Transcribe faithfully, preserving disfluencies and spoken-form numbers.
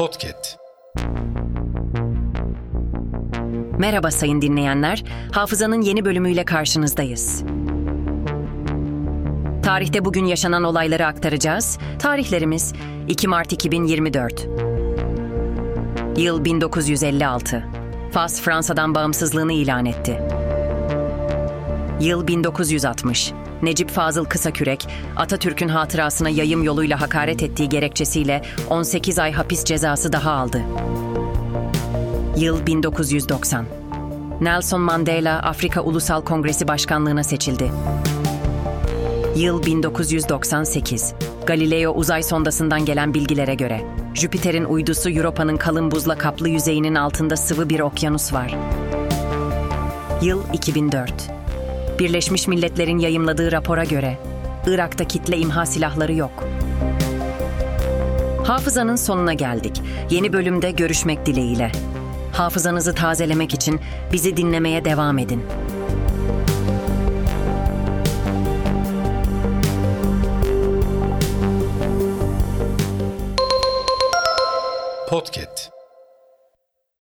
Podcast. Merhaba sayın dinleyenler, Hafızanın yeni bölümüyle karşınızdayız. Tarihte bugün yaşanan olayları aktaracağız. Tarihlerimiz iki Mart iki bin yirmi dört. Yıl bin dokuz yüz elli altı. Fas, Fransa'dan bağımsızlığını ilan etti. Yıl bin dokuz yüz altmış. Necip Fazıl Kısakürek, Atatürk'ün hatırasına yayım yoluyla hakaret ettiği gerekçesiyle on sekiz ay hapis cezası daha aldı. Yıl bin dokuz yüz doksan. Nelson Mandela, Afrika Ulusal Kongresi Başkanlığına seçildi. Yıl bin dokuz yüz doksan sekiz. Galileo uzay sondasından gelen bilgilere göre, Jüpiter'in uydusu Europa'nın kalın buzla kaplı yüzeyinin altında sıvı bir okyanus var. Yıl iki bin dört. Birleşmiş Milletler'in yayımladığı rapora göre, Irak'ta kitle imha silahları yok. Hafızanın sonuna geldik. Yeni bölümde görüşmek dileğiyle. Hafızanızı tazelemek için bizi dinlemeye devam edin. Podcast.